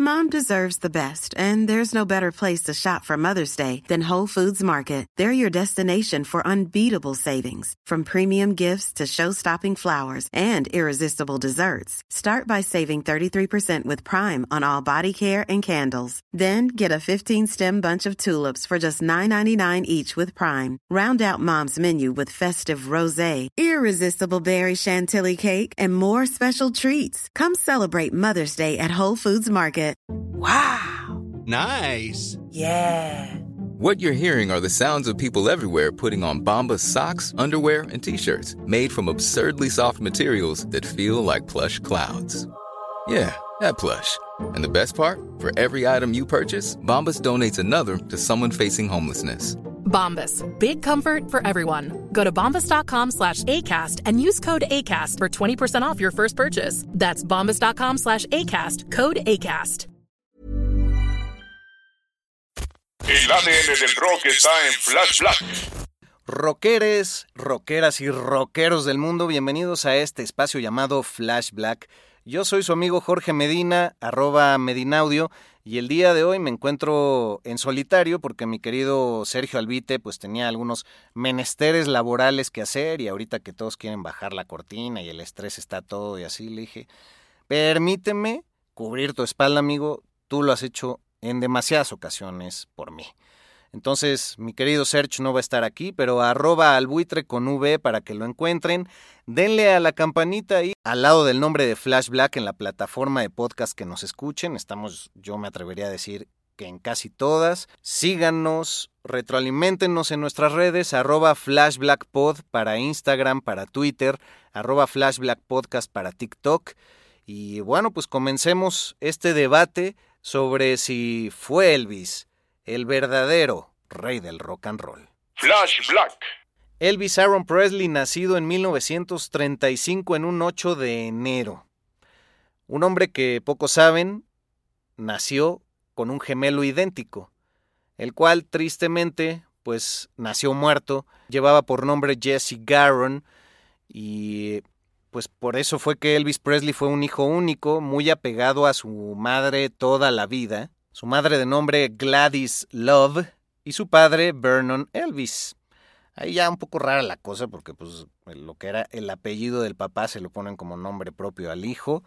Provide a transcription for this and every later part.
Mom deserves the best, and there's no better place to shop for Mother's Day than Whole Foods Market. They're your destination for unbeatable savings, from premium gifts to show-stopping flowers and irresistible desserts. Start by saving 33% with Prime on all body care and candles. Then get a 15-stem bunch of tulips for just $9.99 each with Prime. Round out Mom's menu with festive rosé, irresistible berry chantilly cake, and more special treats. Come celebrate Mother's Day at Whole Foods Market. Wow. Nice. Yeah. What you're hearing are the sounds of people everywhere putting on Bombas socks, underwear, and T-shirts made from absurdly soft materials that feel like plush clouds. Yeah, that plush. And the best part? For every item you purchase, Bombas donates another to someone facing homelessness. Bombas. Big comfort for everyone. Go to bombas.com/ACAST and use code ACAST for 20% off your first purchase. That's bombas.com/ACAST. Code ACAST. El ADN del rock está en Flash Black. Rockeres, rockeras y rockeros del mundo, bienvenidos a este espacio llamado Flash Black. Yo soy su amigo Jorge Medina, @Medinaudio, y el día de hoy me encuentro en solitario porque mi querido Sergio Albite pues tenía algunos menesteres laborales que hacer, y ahorita que todos quieren bajar la cortina y el estrés está todo y así, le dije, permíteme cubrir tu espalda, amigo, tú lo has hecho en demasiadas ocasiones por mí. Entonces, mi querido Sergio no va a estar aquí, pero @albuitre con V para que lo encuentren. Denle a la campanita ahí, al lado del nombre de Flash Black en la plataforma de podcast que nos escuchen. Estamos, yo me atrevería a decir que en casi todas. Síganos, retroaliméntenos en nuestras redes, @FlashBlackPod para Instagram, para Twitter, @FlashBlackPodcast para TikTok. Y bueno, pues comencemos este debate sobre si fue Elvis el verdadero rey del rock and roll. Flash Black. Elvis Aaron Presley, nacido en 1935 en un 8 de enero. Un hombre que pocos saben, nació con un gemelo idéntico, el cual tristemente pues nació muerto. Llevaba por nombre Jesse Garon, y pues por eso fue que Elvis Presley fue un hijo único, muy apegado a su madre toda la vida. Su madre de nombre Gladys Love y su padre Vernon Elvis. Ahí ya un poco rara la cosa porque pues lo que era el apellido del papá se lo ponen como nombre propio al hijo.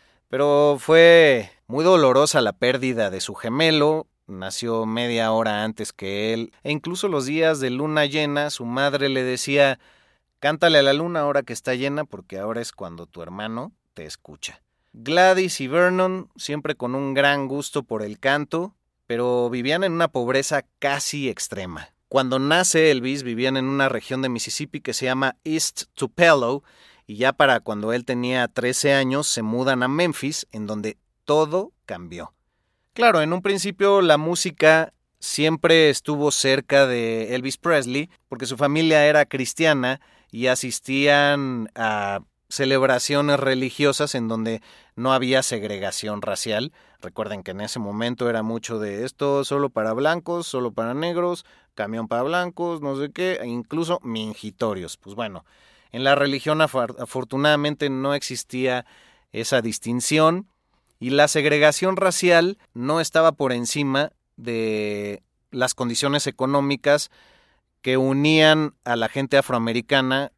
Pero fue muy dolorosa la pérdida de su gemelo. Nació media hora antes que él. E incluso los días de luna llena su madre le decía, cántale a la luna ahora que está llena porque ahora es cuando tu hermano te escucha. Gladys y Vernon, siempre con un gran gusto por el canto, pero vivían en una pobreza casi extrema. Cuando nace Elvis, vivían en una región de Mississippi que se llama East Tupelo, y ya para cuando él tenía 13 años se mudan a Memphis, en donde todo cambió. Claro, en un principio la música siempre estuvo cerca de Elvis Presley, porque su familia era cristiana y asistían a celebraciones religiosas en donde no había segregación racial. Recuerden que en ese momento era mucho de esto solo para blancos, solo para negros, camión para blancos, no sé qué, e incluso mingitorios. Pues bueno, en la religión afortunadamente no existía esa distinción y la segregación racial no estaba por encima de las condiciones económicas que unían a la gente afroamericana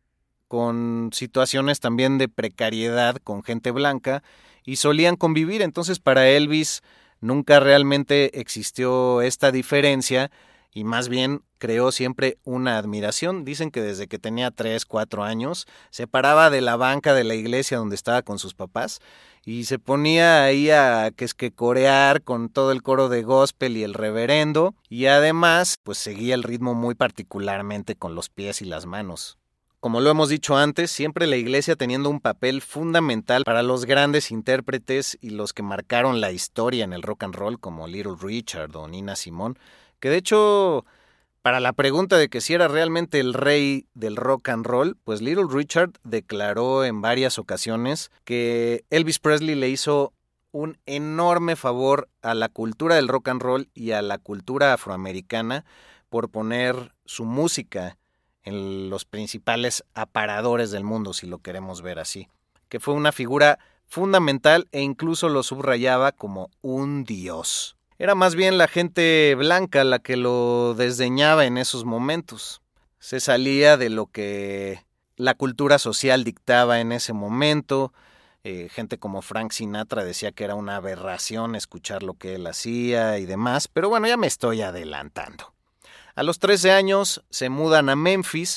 con situaciones también de precariedad con gente blanca, y solían convivir. Entonces para Elvis nunca realmente existió esta diferencia, y más bien creó siempre una admiración. Dicen que desde que tenía 3, 4 años se paraba de la banca de la iglesia donde estaba con sus papás y se ponía ahí a corear con todo el coro de gospel y el reverendo, y además pues seguía el ritmo muy particularmente con los pies y las manos. Como lo hemos dicho antes, siempre la iglesia teniendo un papel fundamental para los grandes intérpretes y los que marcaron la historia en el rock and roll, como Little Richard o Nina Simone, que de hecho, para la pregunta de que si era realmente el rey del rock and roll, pues Little Richard declaró en varias ocasiones que Elvis Presley le hizo un enorme favor a la cultura del rock and roll y a la cultura afroamericana por poner su música en los principales aparadores del mundo, si lo queremos ver así. Que fue una figura fundamental e incluso lo subrayaba como un dios. Era más bien la gente blanca la que lo desdeñaba en esos momentos. Se salía de lo que la cultura social dictaba en ese momento. Gente como Frank Sinatra decía que era una aberración escuchar lo que él hacía y demás, pero bueno, ya me estoy adelantando. A los 13 años se mudan a Memphis,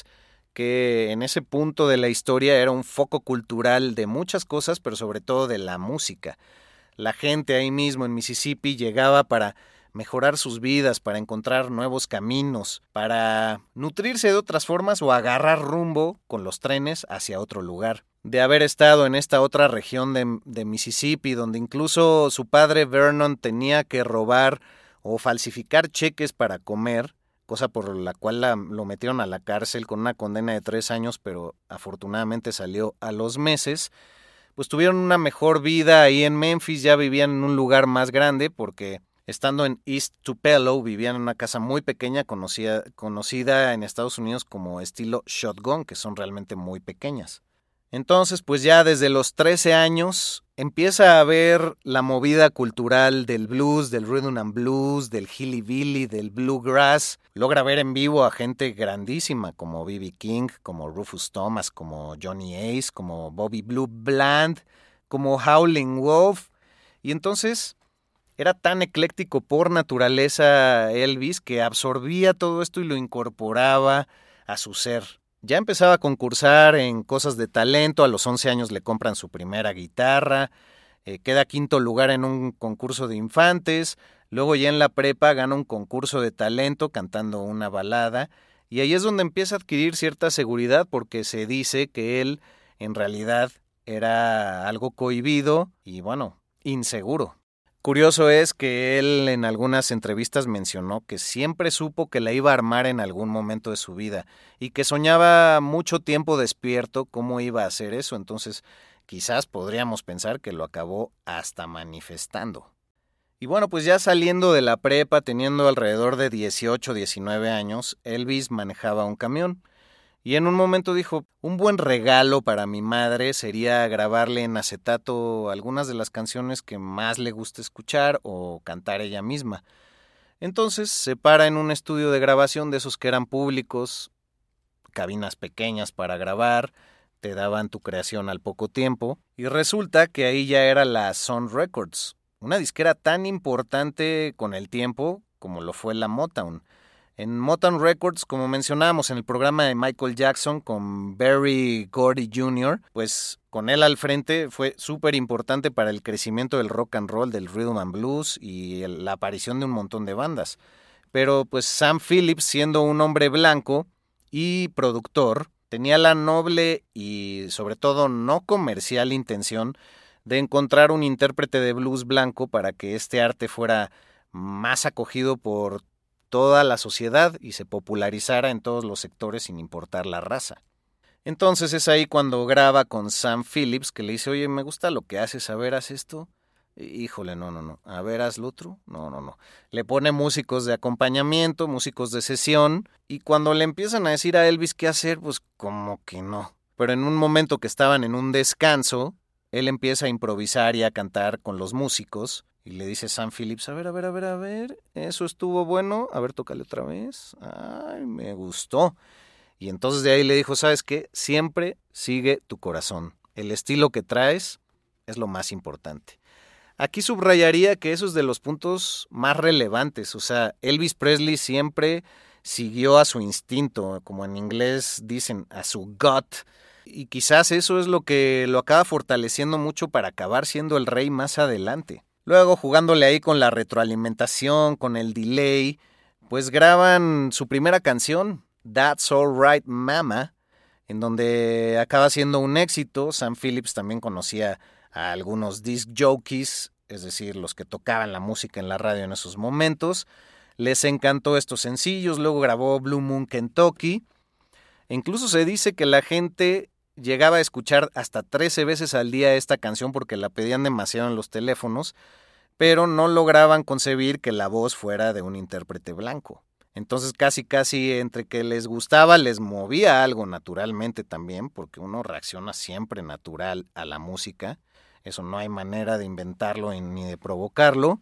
que en ese punto de la historia era un foco cultural de muchas cosas, pero sobre todo de la música. La gente ahí mismo en Mississippi llegaba para mejorar sus vidas, para encontrar nuevos caminos, para nutrirse de otras formas o agarrar rumbo con los trenes hacia otro lugar. De haber estado en esta otra región de Mississippi, donde incluso su padre Vernon tenía que robar o falsificar cheques para comer, cosa por la cual lo metieron a la cárcel con una condena de 3 años, pero afortunadamente salió a los meses, pues tuvieron una mejor vida ahí en Memphis, ya vivían en un lugar más grande, porque estando en East Tupelo vivían en una casa muy pequeña, conocida en Estados Unidos como estilo shotgun, que son realmente muy pequeñas. Entonces, pues ya desde los 13 años empieza a ver la movida cultural del blues, del rhythm and blues, del hillbilly, del bluegrass. Logra ver en vivo a gente grandísima como B.B. King, como Rufus Thomas, como Johnny Ace, como Bobby Blue Bland, como Howlin' Wolf. Y entonces era tan ecléctico por naturaleza Elvis que absorbía todo esto y lo incorporaba a su ser. Ya empezaba a concursar en cosas de talento, a los 11 años le compran su primera guitarra, queda quinto lugar en un concurso de infantes, luego ya en la prepa gana un concurso de talento cantando una balada, y ahí es donde empieza a adquirir cierta seguridad porque se dice que él en realidad era algo cohibido y bueno, inseguro. Curioso es que él en algunas entrevistas mencionó que siempre supo que la iba a armar en algún momento de su vida y que soñaba mucho tiempo despierto cómo iba a hacer eso, entonces quizás podríamos pensar que lo acabó hasta manifestando. Y bueno, pues ya saliendo de la prepa, teniendo alrededor de 18, 19 años, Elvis manejaba un camión. Y en un momento dijo, un buen regalo para mi madre sería grabarle en acetato algunas de las canciones que más le gusta escuchar o cantar ella misma. Entonces se para en un estudio de grabación de esos que eran públicos, cabinas pequeñas para grabar, te daban tu creación al poco tiempo, y resulta que ahí ya era la Sun Records, una disquera tan importante con el tiempo como lo fue la Motown. En Motown Records, como mencionábamos en el programa de Michael Jackson con Berry Gordy Jr., pues con él al frente fue súper importante para el crecimiento del rock and roll, del rhythm and blues y la aparición de un montón de bandas. Pero pues Sam Phillips, siendo un hombre blanco y productor, tenía la noble y sobre todo no comercial intención de encontrar un intérprete de blues blanco para que este arte fuera más acogido por toda la sociedad y se popularizara en todos los sectores sin importar la raza. Entonces es ahí cuando graba con Sam Phillips, que le dice, oye, me gusta lo que haces, a ver, haz esto. Híjole, no, a ver, haz lo otro. No. Le pone músicos de acompañamiento, músicos de sesión, y cuando le empiezan a decir a Elvis qué hacer, pues como que no. Pero en un momento que estaban en un descanso, él empieza a improvisar y a cantar con los músicos, y le dice Sam Phillips, a ver, eso estuvo bueno, a ver, tócale otra vez, ay, me gustó. Y entonces de ahí le dijo, ¿sabes qué? Siempre sigue tu corazón, el estilo que traes es lo más importante. Aquí subrayaría que eso es de los puntos más relevantes, o sea, Elvis Presley siempre siguió a su instinto, como en inglés dicen, a su gut, y quizás eso es lo que lo acaba fortaleciendo mucho para acabar siendo el rey más adelante. Luego, jugándole ahí con la retroalimentación, con el delay, pues graban su primera canción, That's All Right Mama, en donde acaba siendo un éxito. Sam Phillips también conocía a algunos disc jockeys, es decir, los que tocaban la música en la radio en esos momentos. Les encantó estos sencillos, luego grabó Blue Moon Kentucky. E incluso se dice que la gente llegaba a escuchar hasta 13 veces al día esta canción porque la pedían demasiado en los teléfonos, pero no lograban concebir que la voz fuera de un intérprete blanco. Entonces casi entre que les gustaba, les movía algo naturalmente también, porque uno reacciona siempre natural a la música. Eso no hay manera de inventarlo ni de provocarlo.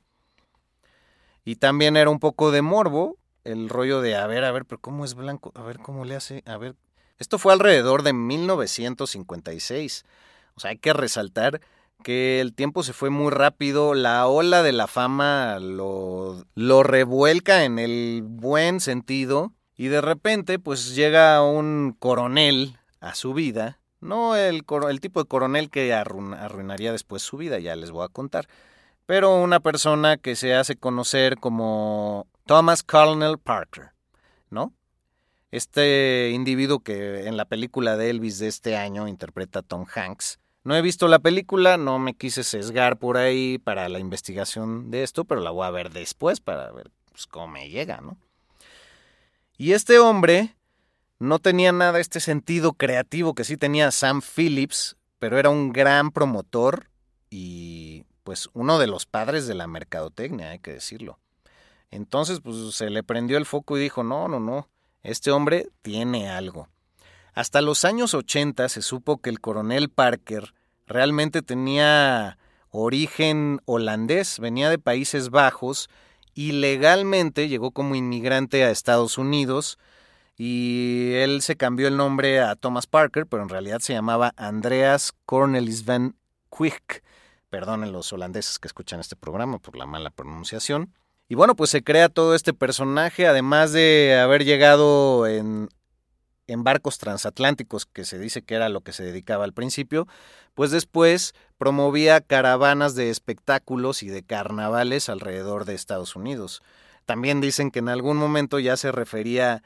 Y también era un poco de morbo, el rollo de, a ver, pero ¿cómo es blanco? A ver, ¿cómo le hace? A ver. Esto fue alrededor de 1956. O sea, hay que resaltar que el tiempo se fue muy rápido, la ola de la fama lo revuelca en el buen sentido, y de repente pues llega un coronel a su vida, no el tipo de coronel que arruinaría después su vida, ya les voy a contar, pero una persona que se hace conocer como Thomas Colonel Parker, ¿no? Este individuo que en la película de Elvis de este año interpreta a Tom Hanks. No he visto la película, no me quise sesgar por ahí para la investigación de esto, pero la voy a ver después para ver pues, cómo me llega, ¿no? Y este hombre no tenía nada este sentido creativo que sí tenía Sam Phillips, pero era un gran promotor y pues uno de los padres de la mercadotecnia, hay que decirlo. Entonces pues se le prendió el foco y dijo, no, este hombre tiene algo. Hasta los años 80 se supo que el coronel Parker realmente tenía origen holandés, venía de Países Bajos y legalmente llegó como inmigrante a Estados Unidos y él se cambió el nombre a Thomas Parker, pero en realidad se llamaba Andreas Cornelis van Quijk. Perdonen los holandeses que escuchan este programa por la mala pronunciación. Y bueno, pues se crea todo este personaje, además de haber llegado en barcos transatlánticos, que se dice que era lo que se dedicaba al principio, pues después promovía caravanas de espectáculos y de carnavales alrededor de Estados Unidos. También dicen que en algún momento ya se refería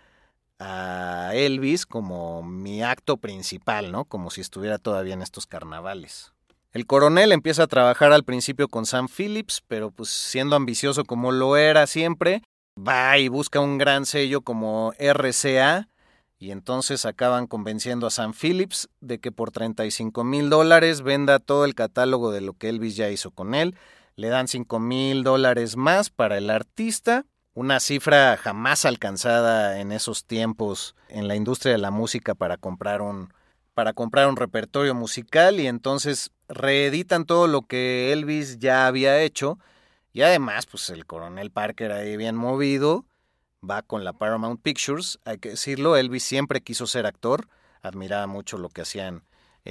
a Elvis como mi acto principal, ¿no? Como si estuviera todavía en estos carnavales. El coronel empieza a trabajar al principio con Sam Phillips, pero pues siendo ambicioso como lo era siempre, va y busca un gran sello como RCA, y entonces acaban convenciendo a Sam Phillips de que por $35,000 venda todo el catálogo de lo que Elvis ya hizo con él. Le dan $5,000 más para el artista, una cifra jamás alcanzada en esos tiempos en la industria de la música para comprar un repertorio musical, y entonces reeditan todo lo que Elvis ya había hecho, y además pues el coronel Parker ahí bien movido va con la Paramount Pictures, hay que decirlo, Elvis siempre quiso ser actor, admiraba mucho lo que hacían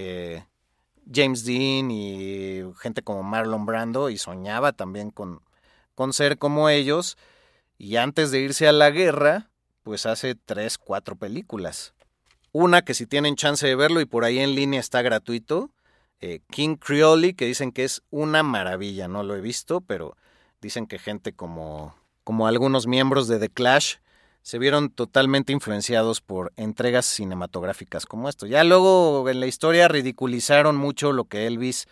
James Dean y gente como Marlon Brando, y soñaba también con ser como ellos, y antes de irse a la guerra, pues hace 3-4 películas. Una que si tienen chance de verlo y por ahí en línea está gratuito, King Creole, que dicen que es una maravilla, no lo he visto, pero dicen que gente como algunos miembros de The Clash se vieron totalmente influenciados por entregas cinematográficas como esto. Ya luego en la historia ridiculizaron mucho lo que Elvis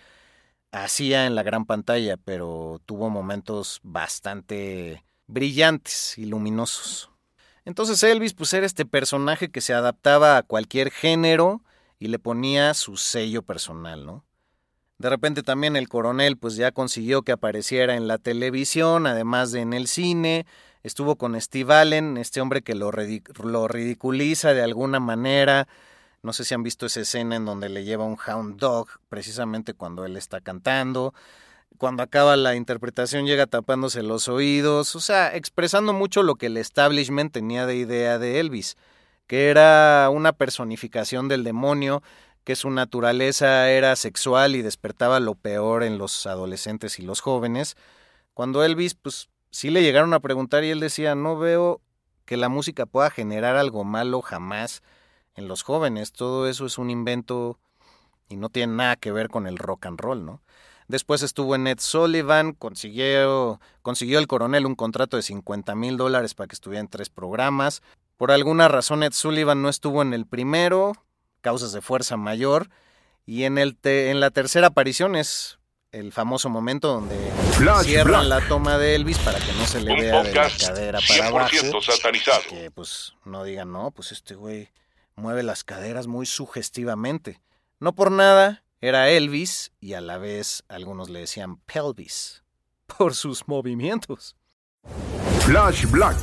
hacía en la gran pantalla, pero tuvo momentos bastante brillantes y luminosos. Entonces Elvis pues era este personaje que se adaptaba a cualquier género y le ponía su sello personal, ¿no? De repente también el coronel pues ya consiguió que apareciera en la televisión, además de en el cine. Estuvo con Steve Allen, este hombre que lo ridiculiza de alguna manera. No sé si han visto esa escena en donde le lleva un hound dog precisamente cuando él está cantando. Cuando acaba la interpretación llega tapándose los oídos, o sea, expresando mucho lo que el establishment tenía de idea de Elvis, que era una personificación del demonio, que su naturaleza era sexual y despertaba lo peor en los adolescentes y los jóvenes. Cuando Elvis, pues sí le llegaron a preguntar y él decía, no veo que la música pueda generar algo malo jamás en los jóvenes, todo eso es un invento y no tiene nada que ver con el rock and roll, ¿no? Después estuvo en Ed Sullivan, consiguió el coronel un contrato de $50,000 para que estuviera en 3 programas. Por alguna razón Ed Sullivan no estuvo en el primero, causas de fuerza mayor, y en la tercera aparición es el famoso momento donde cierran la toma de Elvis para que no se le vea de la cadera para abajo, que pues no digan, no, pues este güey mueve las caderas muy sugestivamente. No por nada era Elvis y a la vez algunos le decían pelvis por sus movimientos. Flash Black,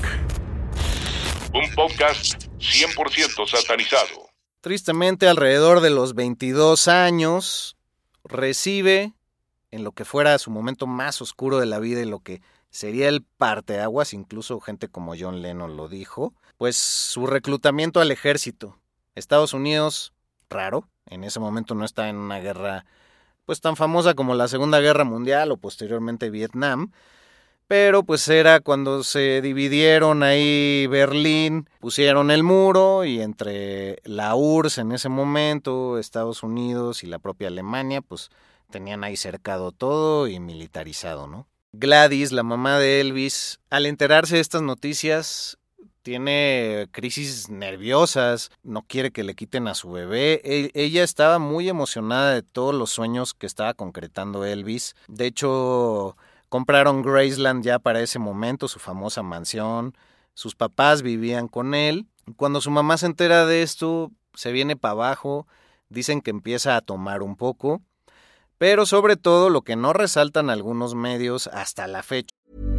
un podcast 100% satanizado. Tristemente, alrededor de los 22 años, recibe en lo que fuera su momento más oscuro de la vida y lo que sería el parteaguas, incluso gente como John Lennon lo dijo, pues su reclutamiento al ejército. Estados Unidos, raro, en ese momento no está en una guerra pues tan famosa como la Segunda Guerra Mundial o posteriormente Vietnam, pero pues era cuando se dividieron ahí Berlín, pusieron el muro y entre la URSS en ese momento, Estados Unidos y la propia Alemania, pues tenían ahí cercado todo y militarizado, ¿no? Gladys, la mamá de Elvis, al enterarse de estas noticias, tiene crisis nerviosas, no quiere que le quiten a su bebé. Ella estaba muy emocionada de todos los sueños que estaba concretando Elvis. De hecho, compraron Graceland ya para ese momento, su famosa mansión. Sus papás vivían con él. Cuando su mamá se entera de esto, se viene para abajo. Dicen que empieza a tomar un poco. Pero sobre todo, lo que no resaltan algunos medios hasta la fecha.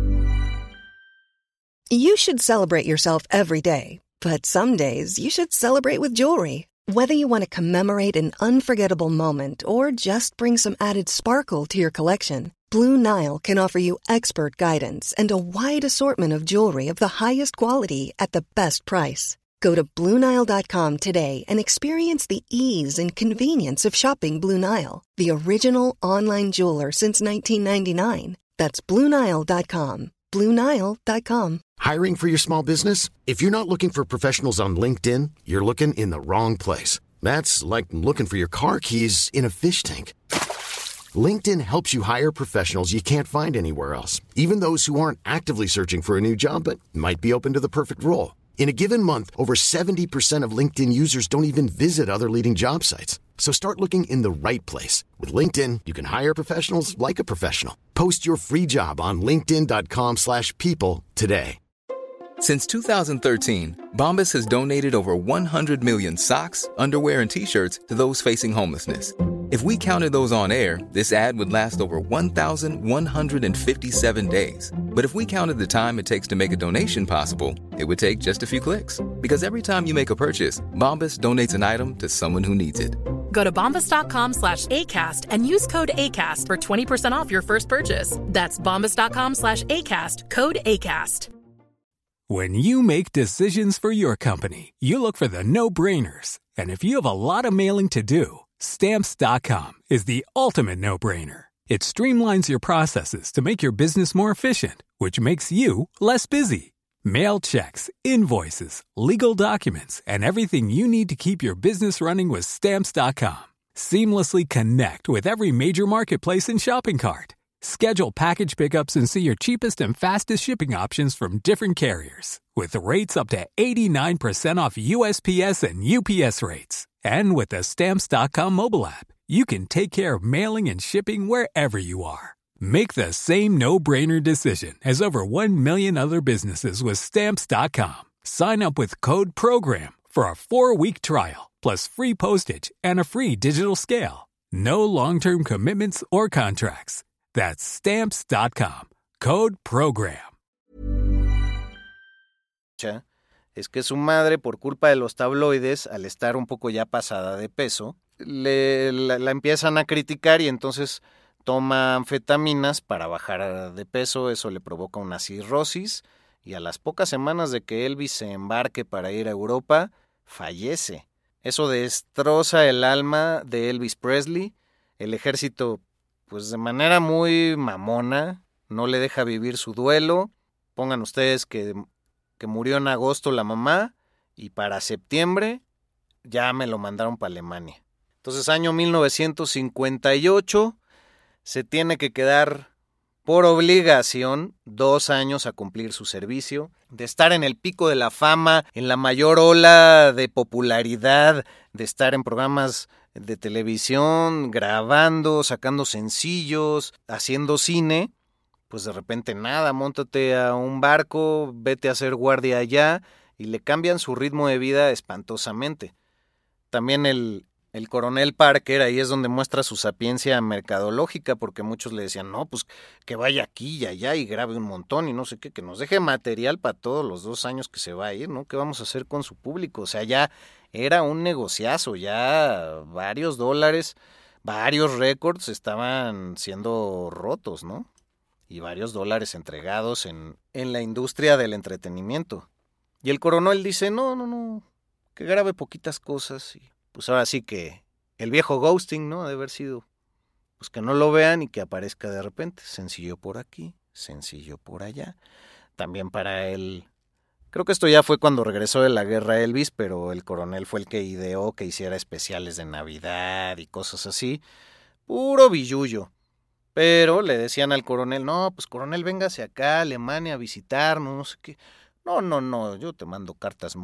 You should celebrate yourself every day, but some days you should celebrate with jewelry. Whether you want to commemorate an unforgettable moment or just bring some added sparkle to your collection, Blue Nile can offer you expert guidance and a wide assortment of jewelry of the highest quality at the best price. Go to BlueNile.com today and experience the ease and convenience of shopping Blue Nile, the original online jeweler since 1999. That's BlueNile.com. BlueNile.com. Hiring for your small business? If you're not looking for professionals on LinkedIn, you're looking in the wrong place. That's like looking for your car keys in a fish tank. LinkedIn helps you hire professionals you can't find anywhere else, even those who aren't actively searching for a new job but might be open to the perfect role. In a given month, over 70% of LinkedIn users don't even visit other leading job sites. So start looking in the right place. With LinkedIn, you can hire professionals like a professional. Post your free job on linkedin.com/people today. Since 2013, Bombas has donated over 100 million socks, underwear, and T-shirts to those facing homelessness. If we counted those on air, this ad would last over 1,157 days. But if we counted the time it takes to make a donation possible, it would take just a few clicks. Because every time you make a purchase, Bombas donates an item to someone who needs it. Go to bombas.com/ACAST and use code ACAST for 20% off your first purchase. That's bombas.com/ACAST, code ACAST. When you make decisions for your company, you look for the no-brainers. And if you have a lot of mailing to do, Stamps.com is the ultimate no-brainer. It streamlines your processes to make your business more efficient, which makes you less busy. Mail checks, invoices, legal documents, and everything you need to keep your business running with Stamps.com. Seamlessly connect with every major marketplace and shopping cart. Schedule package pickups and see your cheapest and fastest shipping options from different carriers, with rates up to 89% off USPS and UPS rates. And with the Stamps.com mobile app, you can take care of mailing and shipping wherever you are. Make the same no-brainer decision as over 1 million other businesses with Stamps.com. Sign up with code PROGRAM for a 4-week trial, plus free postage and a free digital scale. No long-term commitments or contracts. That's Stamps.com. Code PROGRAM. Es que su madre, por culpa de los tabloides, al estar un poco ya pasada de peso, la empiezan a criticar y entonces toma anfetaminas para bajar de peso. Eso le provoca una cirrosis y a las pocas semanas de que Elvis se embarque para ir a Europa, fallece. Eso destroza el alma de Elvis Presley. El ejército, pues de manera muy mamona, no le deja vivir su duelo. Pongan ustedes que murió en agosto la mamá y para septiembre ya me lo mandaron para Alemania. Entonces, año 1958, se tiene que quedar por obligación 2 años a cumplir su servicio, de estar en el pico de la fama, en la mayor ola de popularidad, de estar en programas de televisión, grabando, sacando sencillos, haciendo cine. Pues de repente nada, móntate a un barco, vete a hacer guardia allá y le cambian su ritmo de vida espantosamente. También el coronel Parker, ahí es donde muestra su sapiencia mercadológica, porque muchos le decían, no, pues que vaya aquí y allá y grabe un montón y no sé qué, que nos deje material para todos los 2 años que se va a ir, ¿no? ¿Qué vamos a hacer con su público? O sea, ya era un negociazo, ya varios dólares. varios récords estaban siendo rotos, ¿no? Y varios dólares entregados en la industria del entretenimiento. Y el coronel dice, no, que grabe poquitas cosas. Y pues ahora sí que el viejo ghosting, ¿no? Ha de haber sido, pues que no lo vean y que aparezca de repente. Sencillo por aquí, sencillo por allá. También para él, creo que esto ya fue cuando regresó de la guerra Elvis, pero el coronel fue el que ideó que hiciera especiales de Navidad y cosas así. Puro billullo. Pero le decían al coronel, no, pues coronel, véngase acá a Alemania a visitarnos, no sé qué. No, yo te mando cartas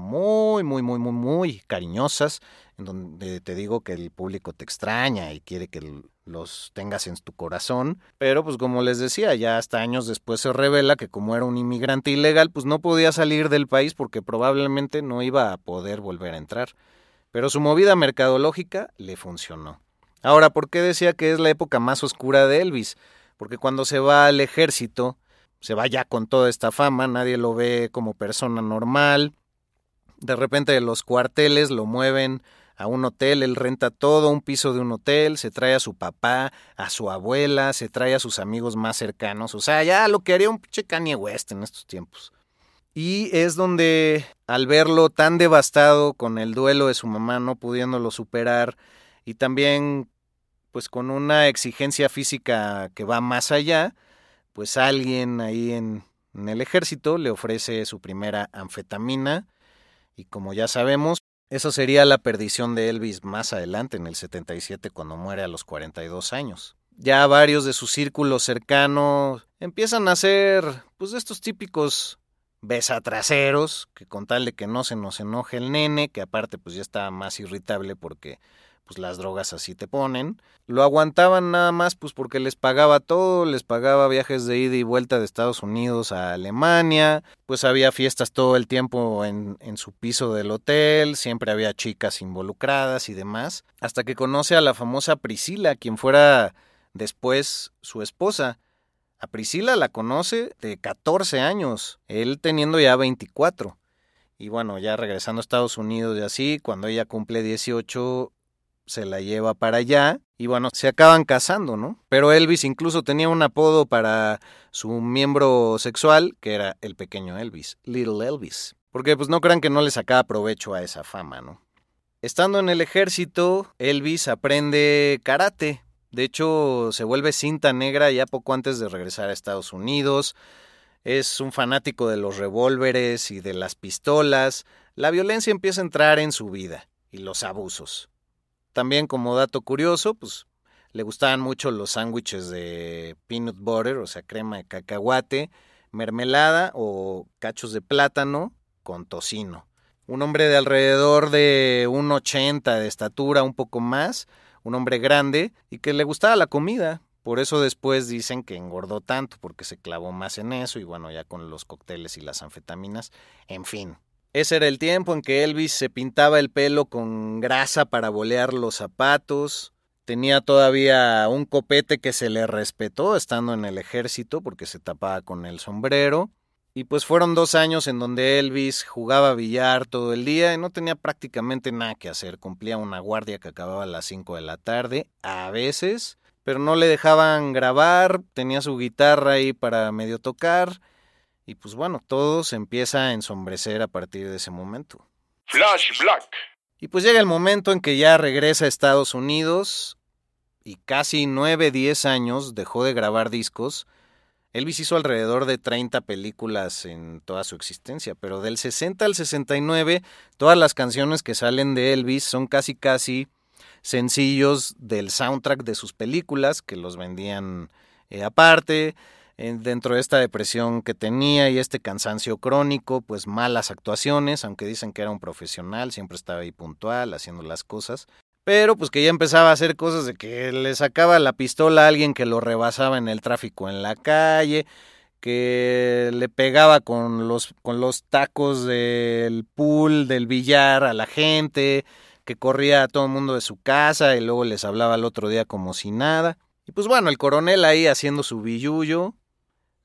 muy cariñosas, en donde te digo que el público te extraña y quiere que los tengas en tu corazón. Pero pues como les decía, ya hasta años después se revela que como era un inmigrante ilegal, pues no podía salir del país porque probablemente no iba a poder volver a entrar. Pero su movida mercadológica le funcionó. Ahora, ¿por qué decía que es la época más oscura de Elvis? Porque cuando se va al ejército, se va ya con toda esta fama, nadie lo ve como persona normal. De repente de los cuarteles lo mueven a un hotel, él renta todo un piso de un hotel, se trae a su papá, a su abuela, se trae a sus amigos más cercanos. O sea, ya lo que haría un pinche Kanye West en estos tiempos. Y es donde, al verlo tan devastado con el duelo de su mamá, no pudiéndolo superar, y también pues con una exigencia física que va más allá, pues alguien ahí en el ejército le ofrece su primera anfetamina, y como ya sabemos, eso sería la perdición de Elvis más adelante, en el 77, cuando muere a los 42 años. Ya varios de su círculo cercano empiezan a ser pues estos típicos besatraseros, que con tal de que no se nos enoje el nene, que aparte pues ya está más irritable porque pues las drogas así te ponen, lo aguantaban nada más pues porque les pagaba todo, les pagaba viajes de ida y vuelta de Estados Unidos a Alemania, pues había fiestas todo el tiempo en su piso del hotel, siempre había chicas involucradas y demás, hasta que conoce a la famosa Priscila, quien fuera después su esposa. A Priscila la conoce de 14 años, él teniendo ya 24. Y bueno, ya regresando a Estados Unidos y así, cuando ella cumple 18, se la lleva para allá y bueno, se acaban casando, ¿no? Pero Elvis incluso tenía un apodo para su miembro sexual, que era el pequeño Elvis, Little Elvis. Porque pues no crean que no le sacaba provecho a esa fama, ¿no? Estando en el ejército, Elvis aprende karate. De hecho, se vuelve cinta negra ya poco antes de regresar a Estados Unidos. Es un fanático de los revólveres y de las pistolas. La violencia empieza a entrar en su vida y los abusos. También, como dato curioso, pues le gustaban mucho los sándwiches de peanut butter, o sea, crema de cacahuate, mermelada o cachos de plátano con tocino. Un hombre de alrededor de 1.80 de estatura, un poco más, un hombre grande y que le gustaba la comida. Por eso después dicen que engordó tanto, porque se clavó más en eso y bueno, ya con los cócteles y las anfetaminas, en fin. Ese era el tiempo en que Elvis se pintaba el pelo con grasa para bolear los zapatos. Tenía todavía un copete que se le respetó estando en el ejército porque se tapaba con el sombrero. Y pues fueron 2 años en donde Elvis jugaba billar todo el día y no tenía prácticamente nada que hacer. Cumplía una guardia que acababa a las 5 de la tarde, a veces, pero no le dejaban grabar, tenía su guitarra ahí para medio tocar. Y pues bueno, todo se empieza a ensombrecer a partir de ese momento. Flash Black. Y pues llega el momento en que ya regresa a Estados Unidos y casi 9-10 años dejó de grabar discos. Elvis hizo alrededor de 30 películas en toda su existencia, pero del 60 al 69 todas las canciones que salen de Elvis son casi sencillos del soundtrack de sus películas, que los vendían aparte. Dentro de esta depresión que tenía y este cansancio crónico, pues malas actuaciones, aunque dicen que era un profesional, siempre estaba ahí puntual, haciendo las cosas, pero pues que ya empezaba a hacer cosas de que le sacaba la pistola a alguien que lo rebasaba en el tráfico en la calle, que le pegaba con los tacos del pool, del billar a la gente, que corría a todo el mundo de su casa y luego les hablaba al otro día como si nada. Y pues bueno, el coronel ahí haciendo su billullo,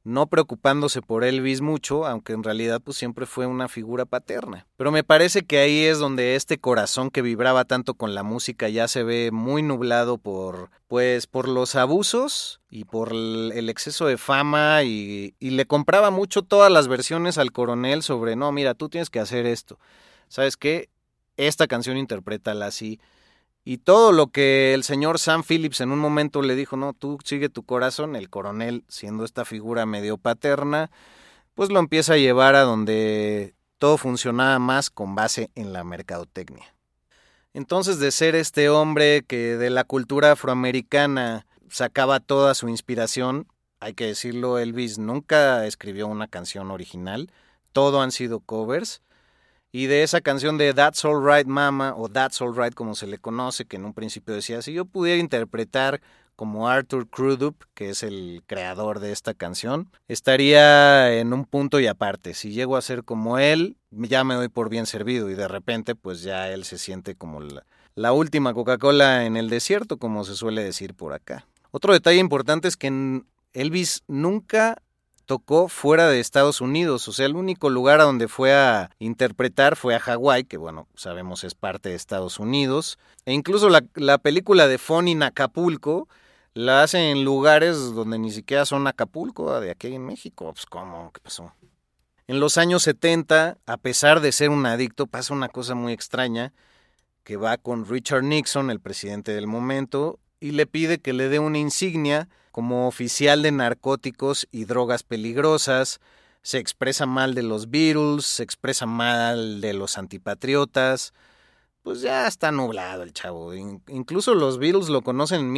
no preocupándose por Elvis mucho, aunque en realidad pues siempre fue una figura paterna. Pero me parece que ahí es donde este corazón que vibraba tanto con la música ya se ve muy nublado por los abusos y por el exceso de fama y le compraba mucho todas las versiones al coronel sobre, no, mira, tú tienes que hacer esto. ¿Sabes qué? Esta canción interprétala así. Y todo lo que el señor Sam Phillips en un momento le dijo, no, tú sigue tu corazón, el coronel, siendo esta figura medio paterna, pues lo empieza a llevar a donde todo funcionaba más con base en la mercadotecnia. Entonces, de ser este hombre que de la cultura afroamericana sacaba toda su inspiración, hay que decirlo, Elvis nunca escribió una canción original, todo han sido covers. Y de esa canción de That's All Right Mama, o That's All Right como se le conoce, que en un principio decía, si yo pudiera interpretar como Arthur Crudup, que es el creador de esta canción, estaría en un punto y aparte. Si llego a ser como él, ya me doy por bien servido y de repente pues ya él se siente como la última Coca-Cola en el desierto, como se suele decir por acá. Otro detalle importante es que Elvis nunca tocó fuera de Estados Unidos, o sea, el único lugar a donde fue a interpretar fue a Hawái, que bueno, sabemos es parte de Estados Unidos, e incluso la película de Fun in Acapulco la hacen en lugares donde ni siquiera son Acapulco, de aquí en México. Pues ¿cómo? ¿Qué pasó? En los años 70, a pesar de ser un adicto, pasa una cosa muy extraña, que va con Richard Nixon, el presidente del momento, y le pide que le dé una insignia como oficial de narcóticos y drogas peligrosas. Se expresa mal de los Beatles, se expresa mal de los antipatriotas. Pues ya está nublado el chavo. Incluso los Beatles lo conocen en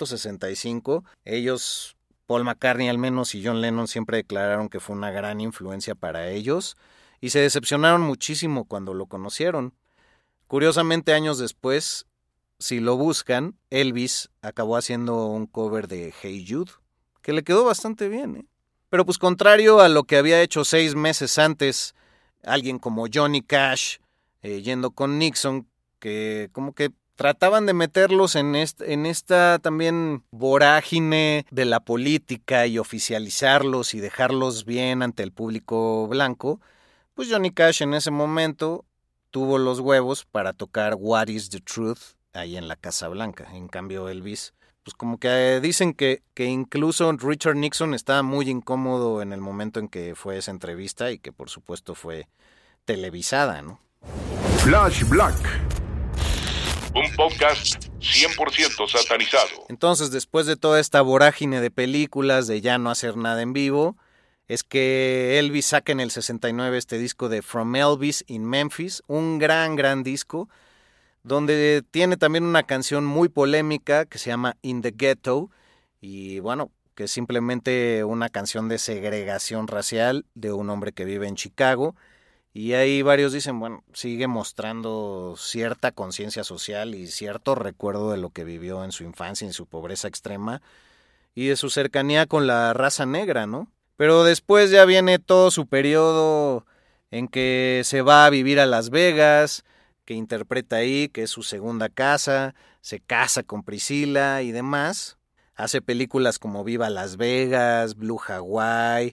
1965. Ellos, Paul McCartney al menos y John Lennon, siempre declararon que fue una gran influencia para ellos y se decepcionaron muchísimo cuando lo conocieron. Curiosamente, años después, si lo buscan, Elvis acabó haciendo un cover de Hey Jude, que le quedó bastante bien, ¿eh? Pero pues contrario a lo que había hecho 6 meses antes alguien como Johnny Cash, yendo con Nixon, que como que trataban de meterlos en esta también vorágine de la política y oficializarlos y dejarlos bien ante el público blanco, pues Johnny Cash en ese momento tuvo los huevos para tocar What is the Truth ahí en la Casa Blanca. En cambio Elvis, pues como que dicen que incluso Richard Nixon estaba muy incómodo en el momento en que fue esa entrevista y que por supuesto fue televisada, ¿no? Flash Black, un podcast 100% satanizado. Entonces, después de toda esta vorágine de películas, de ya no hacer nada en vivo, es que Elvis saca en el 69 este disco de From Elvis in Memphis, un gran disco, donde tiene también una canción muy polémica que se llama In the Ghetto, y bueno, que es simplemente una canción de segregación racial de un hombre que vive en Chicago, y ahí varios dicen, bueno, sigue mostrando cierta conciencia social y cierto recuerdo de lo que vivió en su infancia, en su pobreza extrema, y de su cercanía con la raza negra, ¿no? Pero después ya viene todo su periodo en que se va a vivir a Las Vegas, que interpreta ahí, que es su segunda casa, se casa con Priscila y demás. Hace películas como Viva Las Vegas, Blue Hawaii.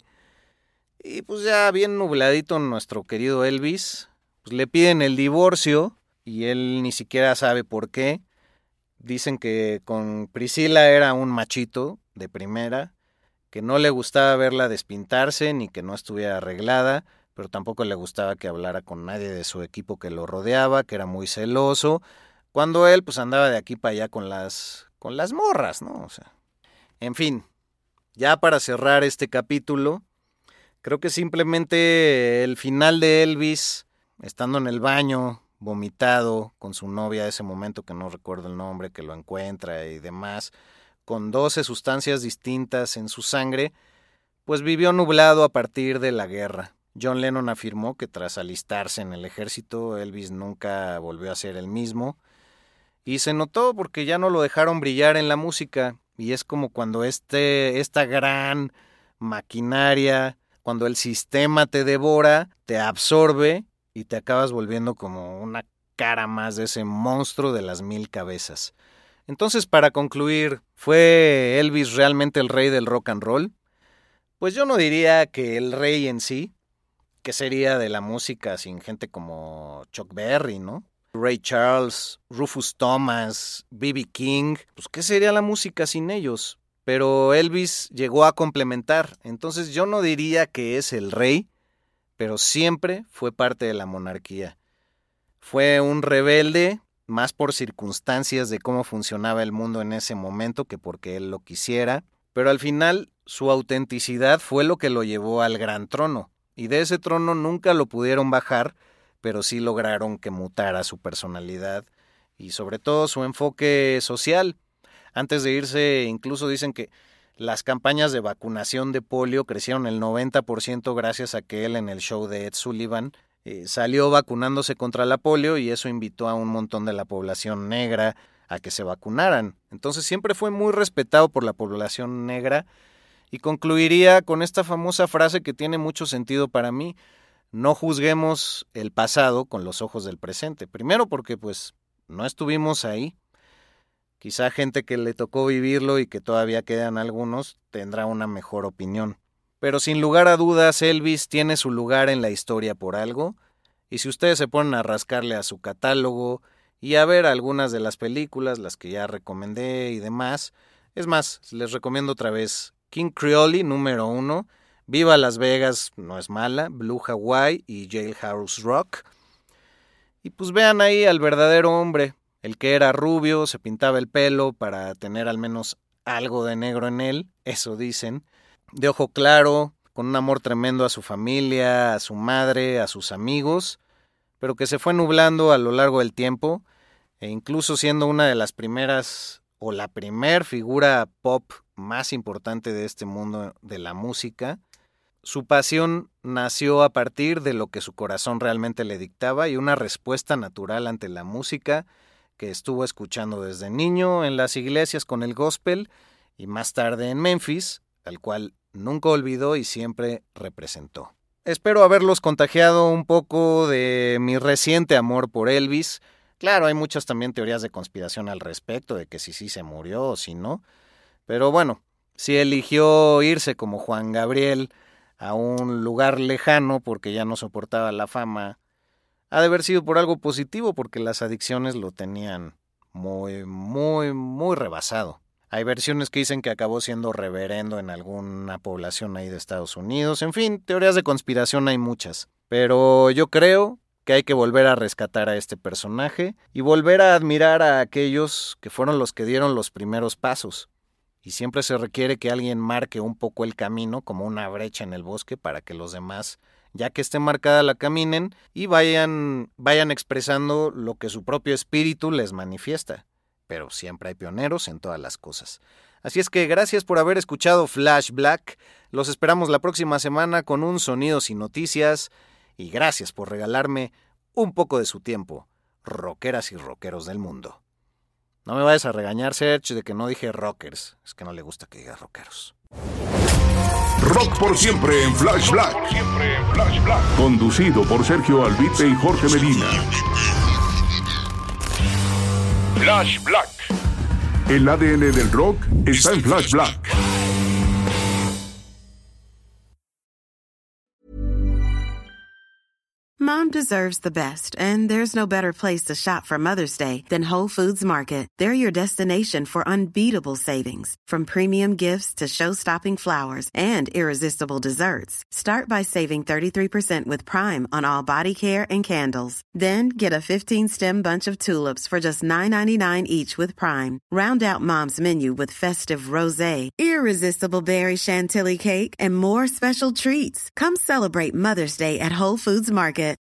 Y pues ya bien nubladito nuestro querido Elvis, pues le piden el divorcio y él ni siquiera sabe por qué. Dicen que con Priscila era un machito de primera, que no le gustaba verla despintarse ni que no estuviera arreglada, pero tampoco le gustaba que hablara con nadie de su equipo que lo rodeaba, que era muy celoso, cuando él pues andaba de aquí para allá con las morras, ¿no? O sea, en fin, ya para cerrar este capítulo, creo que simplemente el final de Elvis, estando en el baño, vomitado, con su novia de ese momento, que no recuerdo el nombre, que lo encuentra y demás, con 12 sustancias distintas en su sangre, pues vivió nublado a partir de la guerra. John Lennon afirmó que tras alistarse en el ejército, Elvis nunca volvió a ser el mismo, y se notó porque ya no lo dejaron brillar en la música, y es como cuando esta gran maquinaria, cuando el sistema te devora, te absorbe y te acabas volviendo como una cara más de ese monstruo de las 1000 cabezas. Entonces, para concluir, ¿fue Elvis realmente el rey del rock and roll? Pues yo no diría que el rey en sí, que sería de la música sin gente como Chuck Berry, ¿no? Ray Charles, Rufus Thomas, B.B. King, pues ¿qué sería la música sin ellos? Pero Elvis llegó a complementar, entonces yo no diría que es el rey, pero siempre fue parte de la monarquía. Fue un rebelde, más por circunstancias de cómo funcionaba el mundo en ese momento que porque él lo quisiera, pero al final su autenticidad fue lo que lo llevó al gran trono, y de ese trono nunca lo pudieron bajar, pero sí lograron que mutara su personalidad y sobre todo su enfoque social. Antes de irse, incluso dicen que las campañas de vacunación de polio crecieron el 90% gracias a que él en el show de Ed Sullivan salió vacunándose contra la polio y eso invitó a un montón de la población negra a que se vacunaran. Entonces siempre fue muy respetado por la población negra y concluiría con esta famosa frase que tiene mucho sentido para mí: no juzguemos el pasado con los ojos del presente. Primero porque pues no estuvimos ahí. Quizá gente que le tocó vivirlo y que todavía quedan algunos tendrá una mejor opinión. Pero sin lugar a dudas Elvis tiene su lugar en la historia por algo. Y si ustedes se ponen a rascarle a su catálogo y a ver algunas de las películas, las que ya recomendé y demás, es más, les recomiendo otra vez King Creole número 1, Viva Las Vegas no es mala, Blue Hawaii y Jailhouse Rock. Y pues vean ahí al verdadero hombre, el que era rubio, se pintaba el pelo para tener al menos algo de negro en él, eso dicen, de ojo claro, con un amor tremendo a su familia, a su madre, a sus amigos, pero que se fue nublando a lo largo del tiempo, e incluso siendo una de las primeras o la primer figura pop más importante de este mundo de la música. Su pasión nació a partir de lo que su corazón realmente le dictaba y una respuesta natural ante la música que estuvo escuchando desde niño en las iglesias con el gospel y más tarde en Memphis, al cual nunca olvidó y siempre representó. Espero haberlos contagiado un poco de mi reciente amor por Elvis. Claro, hay muchas también teorías de conspiración al respecto, de que si sí se murió o si no. Pero bueno, si eligió irse como Juan Gabriel a un lugar lejano porque ya no soportaba la fama, ha de haber sido por algo positivo, porque las adicciones lo tenían muy rebasado. Hay versiones que dicen que acabó siendo reverendo en alguna población ahí de Estados Unidos. En fin, teorías de conspiración hay muchas. Pero yo creo que hay que volver a rescatar a este personaje y volver a admirar a aquellos que fueron los que dieron los primeros pasos. Y siempre se requiere que alguien marque un poco el camino, como una brecha en el bosque, para que los demás, ya que esté marcada, la caminen y vayan expresando lo que su propio espíritu les manifiesta. Pero siempre hay pioneros en todas las cosas. Así es que gracias por haber escuchado Flash Black. Los esperamos la próxima semana con un Sonidos y Noticias. Y gracias por regalarme un poco de su tiempo, rockeras y rockeros del mundo. No me vayas a regañar, Serge, de que no dije rockers. Es que no le gusta que diga rockeros. Rock por siempre en Flash Black. Conducido por Sergio Albite y Jorge Medina. Flash Black. El ADN del rock está en Flash Black. Mom deserves the best, and there's no better place to shop for Mother's Day than Whole Foods Market. They're your destination for unbeatable savings, from premium gifts to show-stopping flowers and irresistible desserts. Start by saving 33% with Prime on all body care and candles. Then get a 15-stem bunch of tulips for just $9.99 each with Prime. Round out Mom's menu with festive rosé, irresistible berry chantilly cake, and more special treats. Come celebrate Mother's Day at Whole Foods Market.